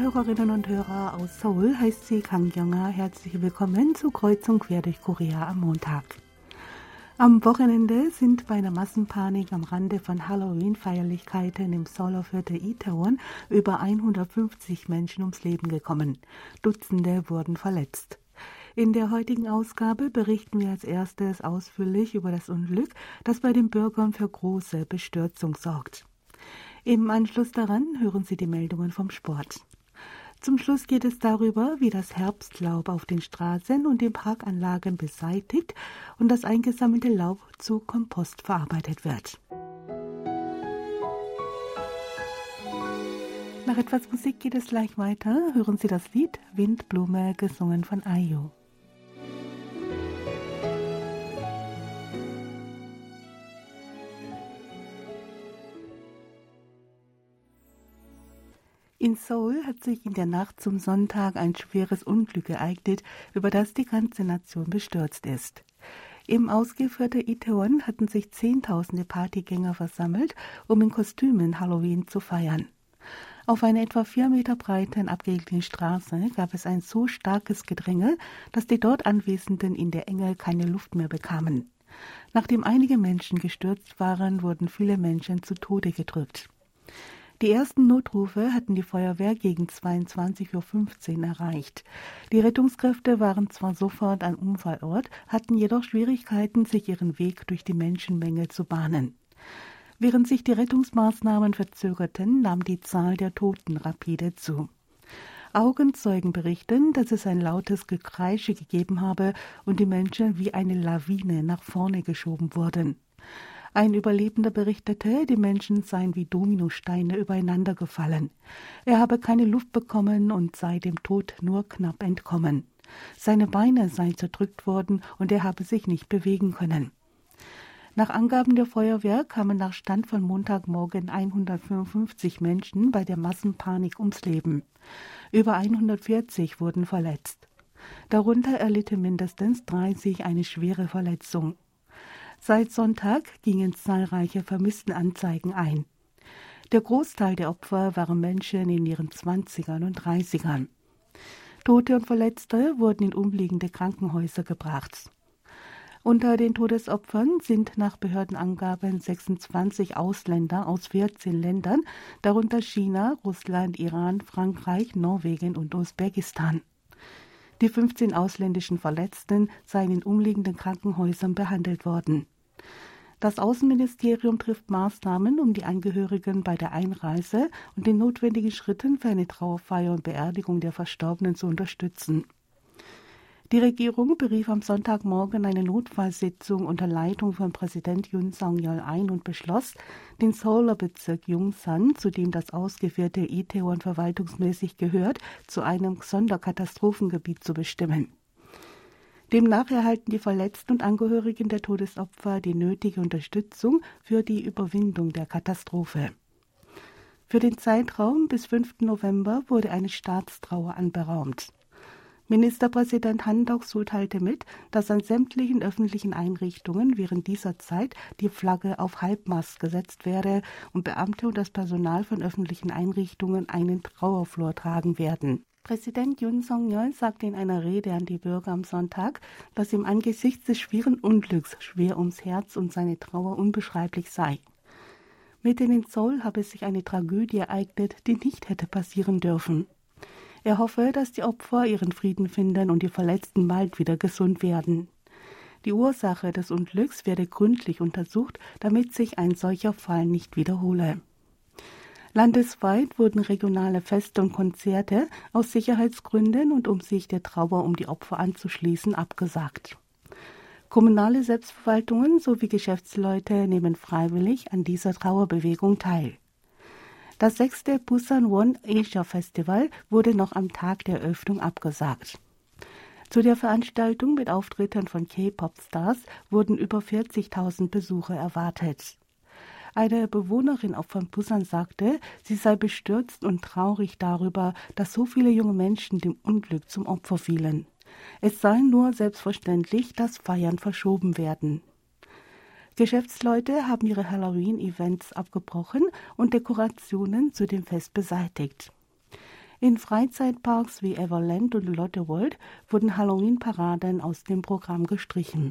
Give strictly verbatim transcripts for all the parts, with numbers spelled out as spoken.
Hörerinnen und Hörer aus Seoul heißt sie Kang Kyung-ah. Herzlich willkommen zu Kreuz und Quer durch Korea am Montag. Am Wochenende sind bei einer Massenpanik am Rande von Halloween-Feierlichkeiten im Seouler Viertel Itaewon über hundertfünfzig Menschen ums Leben gekommen. Dutzende wurden verletzt. In der heutigen Ausgabe berichten wir als erstes ausführlich über das Unglück, das bei den Bürgern für große Bestürzung sorgt. Im Anschluss daran hören Sie die Meldungen vom Sport. Zum Schluss geht es darüber, wie das Herbstlaub auf den Straßen und den Parkanlagen beseitigt und das eingesammelte Laub zu Kompost verarbeitet wird. Nach etwas Musik geht es gleich weiter. Hören Sie das Lied Windblume, gesungen von I U In Seoul hat sich in der Nacht zum Sonntag ein schweres Unglück ereignet, über das die ganze Nation bestürzt ist. Im Ausgeviertel Itaewon hatten sich Zehntausende Partygänger versammelt, um in Kostümen Halloween zu feiern. Auf einer etwa vier Meter breiten, abgelegenen Straße gab es ein so starkes Gedränge, dass die dort Anwesenden in der Enge keine Luft mehr bekamen. Nachdem einige Menschen gestürzt waren, wurden viele Menschen zu Tode gedrückt. Die ersten Notrufe hatten die Feuerwehr gegen zweiundzwanzig Uhr fünfzehn erreicht. Die Rettungskräfte waren zwar sofort am Unfallort, hatten jedoch Schwierigkeiten, sich ihren Weg durch die Menschenmenge zu bahnen. Während sich die Rettungsmaßnahmen verzögerten, nahm die Zahl der Toten rapide zu. Augenzeugen berichten, dass es ein lautes Gekreische gegeben habe und die Menschen wie eine Lawine nach vorne geschoben wurden. Ein Überlebender berichtete, die Menschen seien wie Dominosteine übereinander gefallen. Er habe keine Luft bekommen und sei dem Tod nur knapp entkommen. Seine Beine seien zerdrückt worden und er habe sich nicht bewegen können. Nach Angaben der Feuerwehr kamen nach Stand von Montagmorgen hundertfünfundfünfzig Menschen bei der Massenpanik ums Leben. Über hundertvierzig wurden verletzt. Darunter erlitten mindestens dreißig eine schwere Verletzung. Seit Sonntag gingen zahlreiche Vermisstenanzeigen ein. Der Großteil der Opfer waren Menschen in ihren Zwanzigern und Dreißigern. Tote und Verletzte wurden in umliegende Krankenhäuser gebracht. Unter den Todesopfern sind nach Behördenangaben sechsundzwanzig Ausländer aus vierzehn Ländern, darunter China, Russland, Iran, Frankreich, Norwegen und Usbekistan. Die fünfzehn ausländischen Verletzten seien in umliegenden Krankenhäusern behandelt worden. Das Außenministerium trifft Maßnahmen, um die Angehörigen bei der Einreise und den notwendigen Schritten für eine Trauerfeier und Beerdigung der Verstorbenen zu unterstützen. Die Regierung berief am Sonntagmorgen eine Notfallsitzung unter Leitung von Präsident Yoon Suk-yeol ein und beschloss, den Seouler Bezirk Yongsan, zu dem das ausgeführte Itaewon verwaltungsmäßig gehört, zu einem Sonderkatastrophengebiet zu bestimmen. Demnach erhalten die Verletzten und Angehörigen der Todesopfer die nötige Unterstützung für die Überwindung der Katastrophe. Für den Zeitraum bis fünften November wurde eine Staatstrauer anberaumt. Ministerpräsident Han Dok-soo teilte mit, dass an sämtlichen öffentlichen Einrichtungen während dieser Zeit die Flagge auf Halbmast gesetzt werde und Beamte und das Personal von öffentlichen Einrichtungen einen Trauerflor tragen werden. Präsident Yoon Suk-yeol sagte in einer Rede an die Bürger am Sonntag, dass ihm angesichts des schweren Unglücks schwer ums Herz und seine Trauer unbeschreiblich sei. Mitten in Seoul habe sich eine Tragödie ereignet, die nicht hätte passieren dürfen. Er hoffe, dass die Opfer ihren Frieden finden und die Verletzten bald wieder gesund werden. Die Ursache des Unglücks werde gründlich untersucht, damit sich ein solcher Fall nicht wiederhole. Landesweit wurden regionale Feste und Konzerte aus Sicherheitsgründen und um sich der Trauer um die Opfer anzuschließen abgesagt. Kommunale Selbstverwaltungen sowie Geschäftsleute nehmen freiwillig an dieser Trauerbewegung teil. Das sechste Busan One Asia Festival wurde noch am Tag der Eröffnung abgesagt. Zu der Veranstaltung mit Auftritten von K-Pop-Stars wurden über vierzigtausend Besucher erwartet. Eine Bewohnerin auch von Busan sagte, sie sei bestürzt und traurig darüber, dass so viele junge Menschen dem Unglück zum Opfer fielen. Es sei nur selbstverständlich, dass Feiern verschoben werden. Geschäftsleute haben ihre Halloween-Events abgebrochen und Dekorationen zu dem Fest beseitigt. In Freizeitparks wie Everland und Lotte World wurden Halloween-Paraden aus dem Programm gestrichen.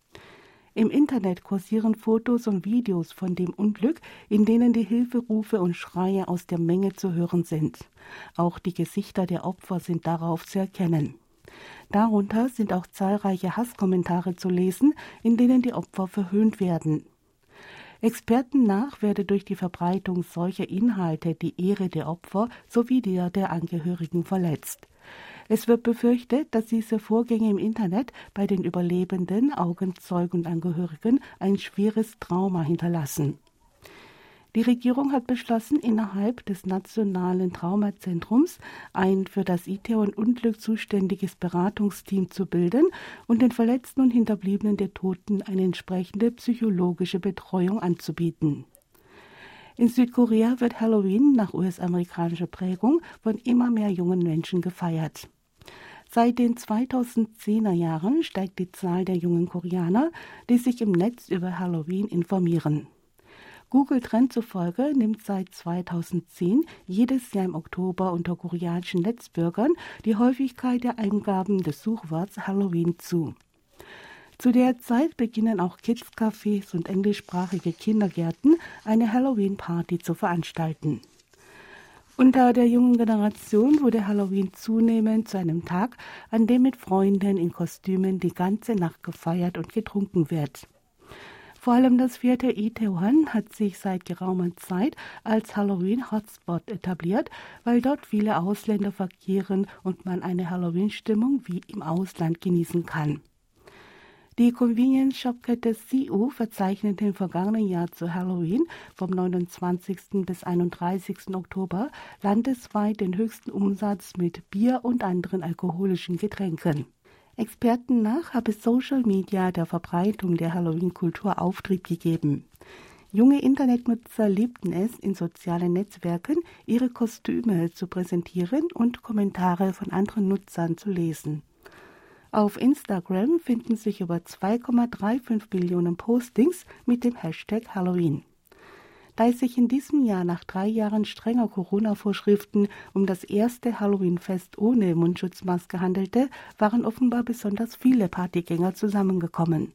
Im Internet kursieren Fotos und Videos von dem Unglück, in denen die Hilferufe und Schreie aus der Menge zu hören sind. Auch die Gesichter der Opfer sind darauf zu erkennen. Darunter sind auch zahlreiche Hasskommentare zu lesen, in denen die Opfer verhöhnt werden. Experten nach werde durch die Verbreitung solcher Inhalte die Ehre der Opfer sowie der der Angehörigen verletzt. Es wird befürchtet, dass diese Vorgänge im Internet bei den Überlebenden, Augenzeugen und Angehörigen ein schweres Trauma hinterlassen. Die Regierung hat beschlossen, innerhalb des Nationalen Traumazentrums ein für das Itaewon-Unglück zuständiges Beratungsteam zu bilden und den Verletzten und Hinterbliebenen der Toten eine entsprechende psychologische Betreuung anzubieten. In Südkorea wird Halloween nach U S-amerikanischer Prägung von immer mehr jungen Menschen gefeiert. Seit den zweitausendzehner Jahren steigt die Zahl der jungen Koreaner, die sich im Netz über Halloween informieren. Google Trend zufolge nimmt seit zweitausendzehn jedes Jahr im Oktober unter koreanischen Netzbürgern die Häufigkeit der Eingaben des Suchworts Halloween zu. Zu der Zeit beginnen auch Kids-Cafés und englischsprachige Kindergärten eine Halloween-Party zu veranstalten. Unter der jungen Generation wurde Halloween zunehmend zu einem Tag, an dem mit Freunden in Kostümen die ganze Nacht gefeiert und getrunken wird. Vor allem das Viertel Itaewon hat sich seit geraumer Zeit als Halloween-Hotspot etabliert, weil dort viele Ausländer verkehren und man eine Halloween-Stimmung wie im Ausland genießen kann. Die Convenience-Shop-Kette C U verzeichnete im vergangenen Jahr zu Halloween vom neunundzwanzigsten bis einunddreißigsten Oktober landesweit den höchsten Umsatz mit Bier und anderen alkoholischen Getränken. Experten nach habe Social Media der Verbreitung der Halloween-Kultur Auftrieb gegeben. Junge Internetnutzer liebten es, in sozialen Netzwerken ihre Kostüme zu präsentieren und Kommentare von anderen Nutzern zu lesen. Auf Instagram finden sich über zwei Komma fünfunddreißig Millionen Postings mit dem Hashtag Halloween. Da es sich in diesem Jahr nach drei Jahren strenger Corona-Vorschriften um das erste Halloween-Fest ohne Mundschutzmaske handelte, waren offenbar besonders viele Partygänger zusammengekommen.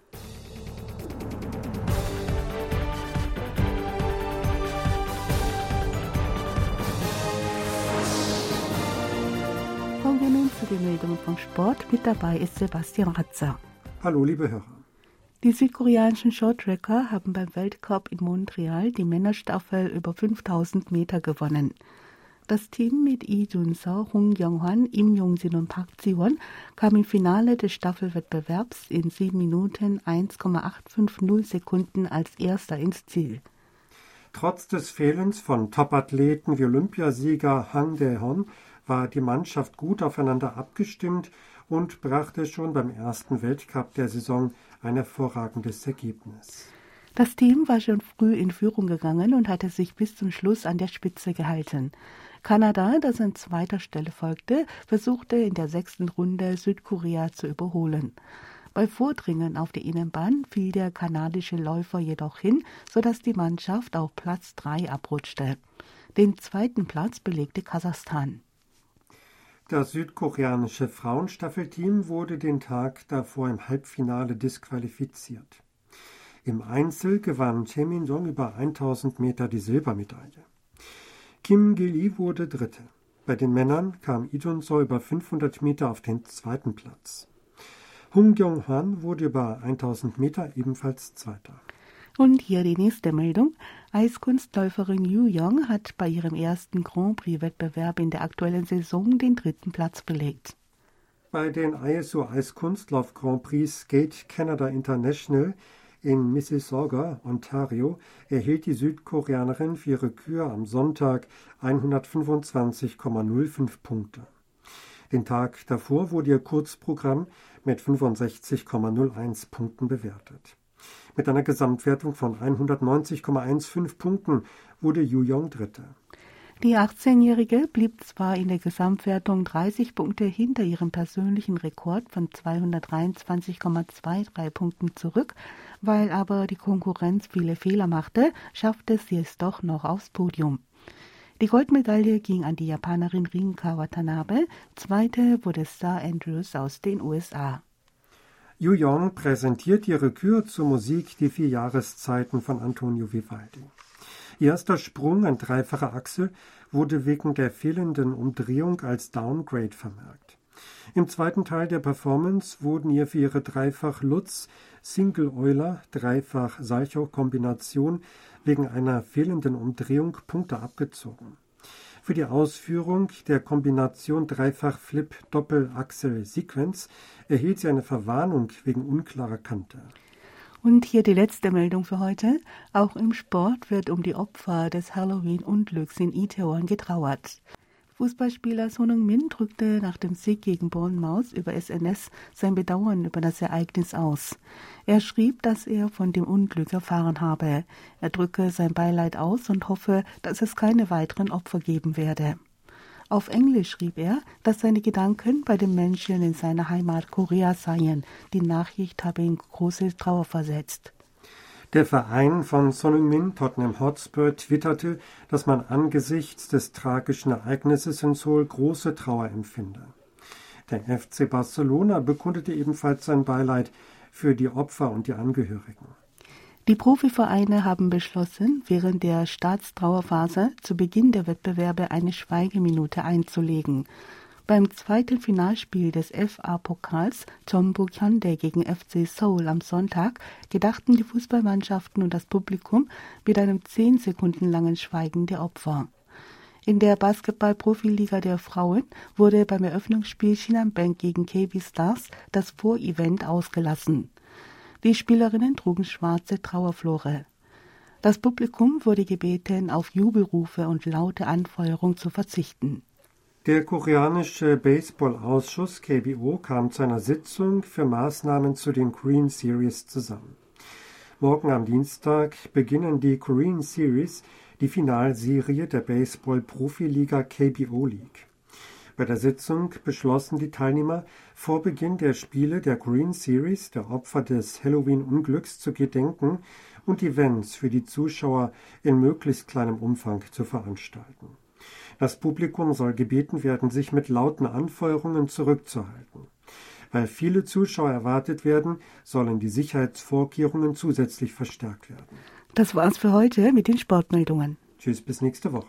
Kommen wir nun zu den Meldungen vom Sport. Mit dabei ist Sebastian Ratzer. Hallo, liebe Hörer. Die südkoreanischen Shorttracker haben beim Weltcup in Montreal die Männerstaffel über fünftausend Meter gewonnen. Das Team mit Lee Jun-seo, Hong Young-hwan, Im Yong-sin und Park Ji-won kam im Finale des Staffelwettbewerbs in sieben Minuten eins Komma acht fünf null Sekunden als Erster ins Ziel. Trotz des Fehlens von Topathleten wie Olympiasieger Han Dae-hon war die Mannschaft gut aufeinander abgestimmt und brachte schon beim ersten Weltcup der Saison ein hervorragendes Ergebnis. Das Team war schon früh in Führung gegangen und hatte sich bis zum Schluss an der Spitze gehalten. Kanada, das an zweiter Stelle folgte, versuchte in der sechsten Runde Südkorea zu überholen. Bei Vordringen auf die Innenbahn fiel der kanadische Läufer jedoch hin, sodass die Mannschaft auf Platz drei abrutschte. Den zweiten Platz belegte Kasachstan. Das südkoreanische Frauenstaffelteam wurde den Tag davor im Halbfinale disqualifiziert. Im Einzel gewann Chae Min-jong über tausend Meter die Silbermedaille. Kim Gil-lee wurde Dritte. Bei den Männern kam Lee Jun-seo über fünfhundert Meter auf den zweiten Platz. Hong Young-hwan wurde über tausend Meter ebenfalls Zweiter. Und hier die nächste Meldung. Eiskunstläuferin Yu Young hat bei ihrem ersten Grand Prix-Wettbewerb in der aktuellen Saison den dritten Platz belegt. Bei den I S O Eiskunstlauf Grand Prix Skate Canada International in Mississauga, Ontario, erhielt die Südkoreanerin für ihre Kür am Sonntag hundertfünfundzwanzig Komma null fünf Punkte. Den Tag davor wurde ihr Kurzprogramm mit fünfundsechzig Komma null eins Punkten bewertet. Mit einer Gesamtwertung von hundertneunzig Komma fünfzehn Punkten wurde Yu Young Dritte. Die achtzehnjährige blieb zwar in der Gesamtwertung dreißig Punkte hinter ihrem persönlichen Rekord von zweihundertdreiundzwanzig Komma dreiundzwanzig Punkten zurück, weil aber die Konkurrenz viele Fehler machte, schaffte sie es doch noch aufs Podium. Die Goldmedaille ging an die Japanerin Rinka Watanabe, zweite wurde Star Andrews aus den U S A. Yu Yong präsentiert ihre Kür zur Musik Die vier Jahreszeiten von Antonio Vivaldi. Ihr erster Sprung, ein dreifacher Achsel, wurde wegen der fehlenden Umdrehung als Downgrade vermerkt. Im zweiten Teil der Performance wurden ihr für ihre Dreifach-Lutz, Single-Euler, Dreifach-Salchow-Kombination wegen einer fehlenden Umdrehung Punkte abgezogen. Für die Ausführung der Kombination Dreifach-Flip-Doppelachsel-Sequenz erhielt sie eine Verwarnung wegen unklarer Kante. Und hier die letzte Meldung für heute. Auch im Sport wird um die Opfer des Halloween-Unglücks in Itaewon getrauert. Fußballspieler Son Heung-min drückte nach dem Sieg gegen Bournemouth über S N S sein Bedauern über das Ereignis aus. Er schrieb, dass er von dem Unglück erfahren habe. Er drücke sein Beileid aus und hoffe, dass es keine weiteren Opfer geben werde. Auf Englisch schrieb er, dass seine Gedanken bei den Menschen in seiner Heimat Korea seien. Die Nachricht habe ihn große Trauer versetzt. Der Verein von Son Heung-min, Tottenham Hotspur, twitterte, dass man angesichts des tragischen Ereignisses in Seoul große Trauer empfinde. Der F C Barcelona bekundete ebenfalls sein Beileid für die Opfer und die Angehörigen. Die Profivereine haben beschlossen, während der Staatstrauerphase zu Beginn der Wettbewerbe eine Schweigeminute einzulegen. Beim zweiten Finalspiel des F A-Pokals Jeonbuk Hyundai gegen F C Seoul am Sonntag gedachten die Fußballmannschaften und das Publikum mit einem zehn Sekunden langen Schweigen der Opfer. In der Basketball-Profiliga der Frauen wurde beim Eröffnungsspiel Shinhan Bank gegen K B Stars das Vorevent ausgelassen. Die Spielerinnen trugen schwarze Trauerflore. Das Publikum wurde gebeten, auf Jubelrufe und laute Anfeuerung zu verzichten. Der koreanische Baseball-Ausschuss K B O kam zu einer Sitzung für Maßnahmen zu den Korean Series zusammen. Morgen am Dienstag beginnen die Korean Series, die Finalserie der Baseball-Profiliga K B O League. Bei der Sitzung beschlossen die Teilnehmer, vor Beginn der Spiele der Korean Series der Opfer des Halloween-Unglücks zu gedenken und Events für die Zuschauer in möglichst kleinem Umfang zu veranstalten. Das Publikum soll gebeten werden, sich mit lauten Anfeuerungen zurückzuhalten. Weil viele Zuschauer erwartet werden, sollen die Sicherheitsvorkehrungen zusätzlich verstärkt werden. Das war's für heute mit den Sportmeldungen. Tschüss, bis nächste Woche.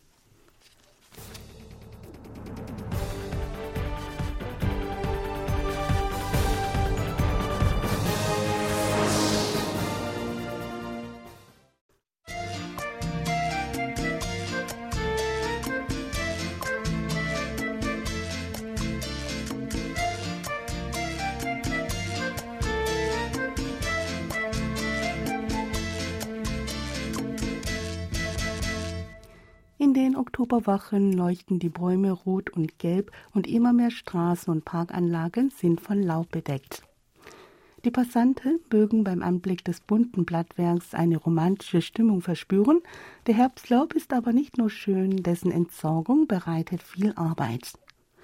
In den Oktoberwochen leuchten die Bäume rot und gelb und immer mehr Straßen und Parkanlagen sind von Laub bedeckt. Die Passanten mögen beim Anblick des bunten Blattwerks eine romantische Stimmung verspüren. Der Herbstlaub ist aber nicht nur schön, dessen Entsorgung bereitet viel Arbeit.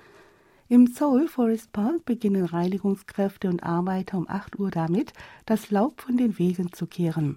Im Seoul Forest Park beginnen Reinigungskräfte und Arbeiter um acht Uhr damit, das Laub von den Wegen zu kehren.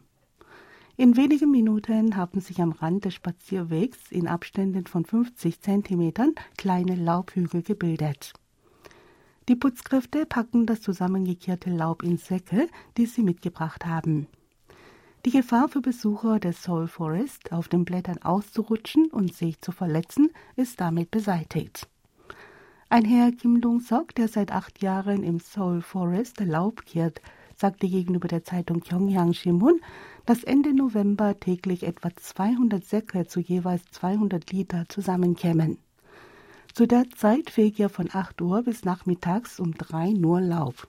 In wenigen Minuten haben sich am Rand des Spazierwegs in Abständen von fünfzig Zentimetern kleine Laubhügel gebildet. Die Putzkräfte packen das zusammengekehrte Laub in Säcke, die sie mitgebracht haben. Die Gefahr für Besucher des Seoul Forest, auf den Blättern auszurutschen und sich zu verletzen, ist damit beseitigt. Ein Herr Kim Dong-sok, der seit acht Jahren im Seoul Forest Laub kehrt, sagte gegenüber der Zeitung Gyeongyang Shimun, dass Ende November täglich etwa zweihundert Säcke zu jeweils zweihundert Liter zusammenkämen. Zu der Zeit fehlt er von acht Uhr bis nachmittags um drei nur Laub.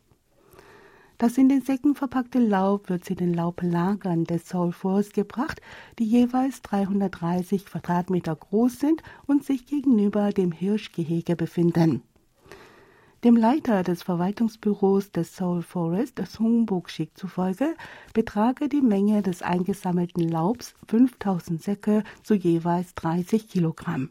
Das in den Säcken verpackte Laub wird zu den Laublagern des Seoul Forest gebracht, die jeweils dreihundertdreißig Quadratmeter groß sind und sich gegenüber dem Hirschgehege befinden. Dem Leiter des Verwaltungsbüros des Seoul Forest, Song Bok-sik, zufolge betrage die Menge des eingesammelten Laubs fünftausend Säcke zu jeweils dreißig Kilogramm.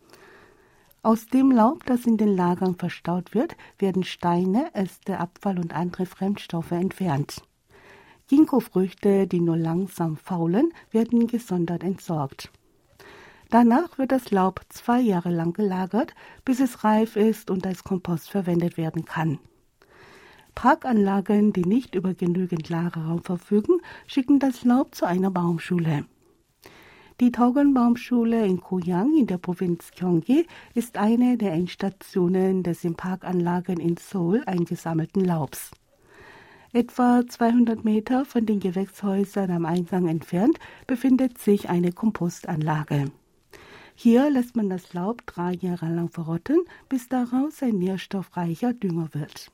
Aus dem Laub, das in den Lagern verstaut wird, werden Steine, Äste, Abfall und andere Fremdstoffe entfernt. Ginkgo-Früchte, die nur langsam faulen, werden gesondert entsorgt. Danach wird das Laub zwei Jahre lang gelagert, bis es reif ist und als Kompost verwendet werden kann. Parkanlagen, die nicht über genügend Lagerraum verfügen, schicken das Laub zu einer Baumschule. Die Togon-Baumschule in Goyang in der Provinz Gyeonggi ist eine der Endstationen des in Parkanlagen in Seoul eingesammelten Laubs. Etwa zweihundert Meter von den Gewächshäusern am Eingang entfernt befindet sich eine Kompostanlage. Hier lässt man das Laub drei Jahre lang verrotten, bis daraus ein nährstoffreicher Dünger wird.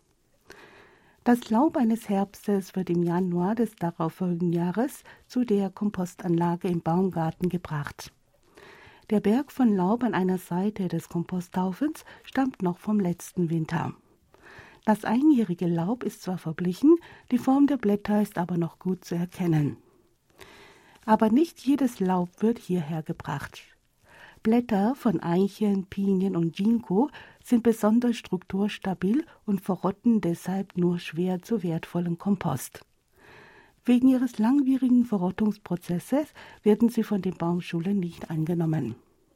Das Laub eines Herbstes wird im Januar des darauffolgenden Jahres zu der Kompostanlage im Baumgarten gebracht. Der Berg von Laub an einer Seite des Komposthaufens stammt noch vom letzten Winter. Das einjährige Laub ist zwar verblichen, die Form der Blätter ist aber noch gut zu erkennen. Aber nicht jedes Laub wird hierher gebracht. Blätter von Eichen, Pinien und Ginkgo sind besonders strukturstabil und verrotten deshalb nur schwer zu wertvollem Kompost. Wegen ihres langwierigen Verrottungsprozesses werden sie von den Baumschulen nicht angenommen.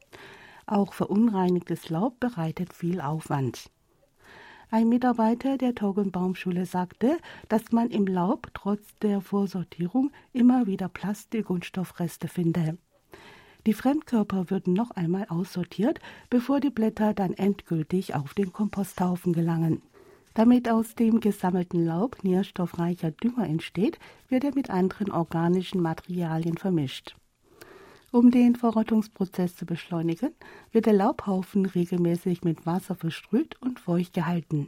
Auch verunreinigtes Laub bereitet viel Aufwand. Ein Mitarbeiter der Togon-Baumschule sagte, dass man im Laub trotz der Vorsortierung immer wieder Plastik und Stoffreste finde. Die Fremdkörper würden noch einmal aussortiert, bevor die Blätter dann endgültig auf den Komposthaufen gelangen. Damit aus dem gesammelten Laub nährstoffreicher Dünger entsteht, wird er mit anderen organischen Materialien vermischt. Um den Verrottungsprozess zu beschleunigen, wird der Laubhaufen regelmäßig mit Wasser versprüht und feucht gehalten.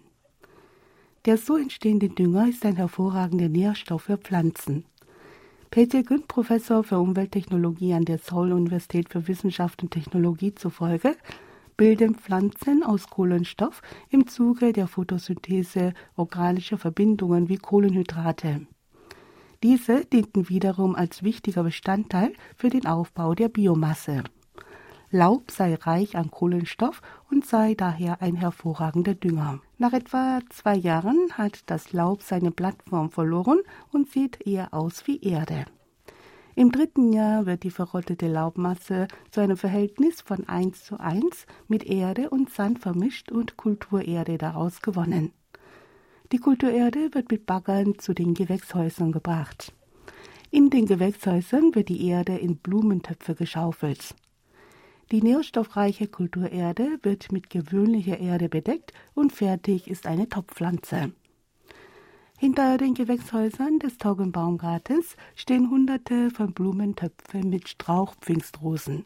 Der so entstehende Dünger ist ein hervorragender Nährstoff für Pflanzen. Peter Gün, Professor für Umwelttechnologie an der Seoul-Universität für Wissenschaft und Technologie zufolge, bilden Pflanzen aus Kohlenstoff im Zuge der Photosynthese organische Verbindungen wie Kohlenhydrate. Diese dienten wiederum als wichtiger Bestandteil für den Aufbau der Biomasse. Laub sei reich an Kohlenstoff und sei daher ein hervorragender Dünger. Nach etwa zwei Jahren hat das Laub seine Blattform verloren und sieht eher aus wie Erde. Im dritten Jahr wird die verrottete Laubmasse zu einem Verhältnis von eins zu eins mit Erde und Sand vermischt und Kulturerde daraus gewonnen. Die Kulturerde wird mit Baggern zu den Gewächshäusern gebracht. In den Gewächshäusern wird die Erde in Blumentöpfe geschaufelt. Die nährstoffreiche Kulturerde wird mit gewöhnlicher Erde bedeckt und fertig ist eine Topfpflanze. Hinter den Gewächshäusern des Togon-Baumgartens stehen hunderte von Blumentöpfen mit Strauchpfingstrosen.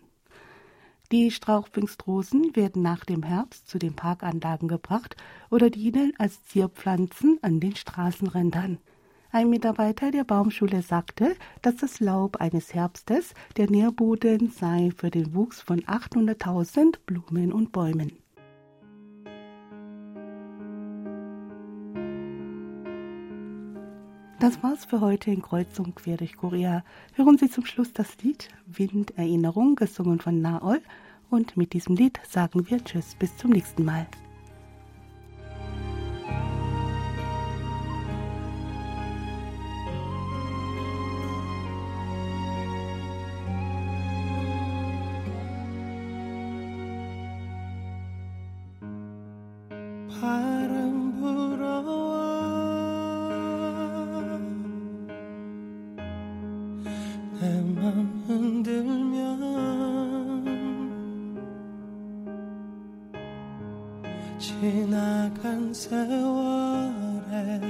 Die Strauchpfingstrosen werden nach dem Herbst zu den Parkanlagen gebracht oder dienen als Zierpflanzen an den Straßenrändern. Ein Mitarbeiter der Baumschule sagte, dass das Laub eines Herbstes der Nährboden sei für den Wuchs von achthunderttausend Blumen und Bäumen. Das war's für heute in Kreuzung quer durch Korea. Hören Sie zum Schluss das Lied Winderinnerung, gesungen von Naol. Und mit diesem Lied sagen wir Tschüss, bis zum nächsten Mal. 바람 불어와 내 맘 흔들면 지나간 세월에